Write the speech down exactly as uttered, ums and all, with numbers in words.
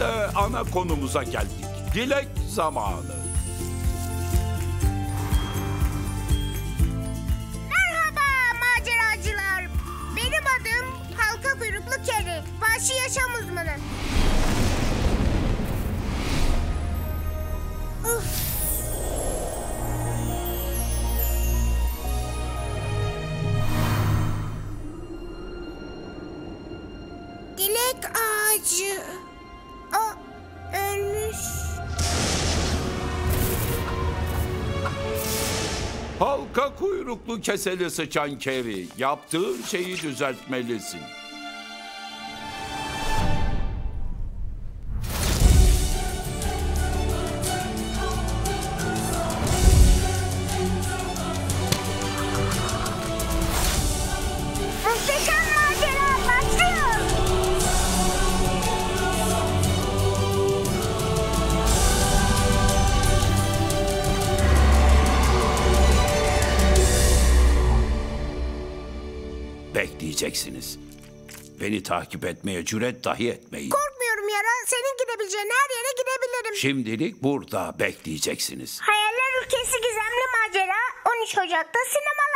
İşte ana konumuza geldik. Dilek zamanı. Merhaba maceracılar. Benim adım halka kuyruklu kedi. Vahşi yaşam uzmanı. Uf. Dilek ağacı. O ölmüş. Halka kuyruklu keseli sıçan keri. Yaptığın şeyi düzeltmelisin. Muhteşem macera başlıyor. Bekleyeceksiniz. Beni takip etmeye cüret dahi etmeyin. Korkmuyorum Yara. Senin gidebileceğin her yere gidebilirim. Şimdilik burada bekleyeceksiniz. Hayaller Ülkesi Gizemli Macera on üç Ocak'ta sinemalarda.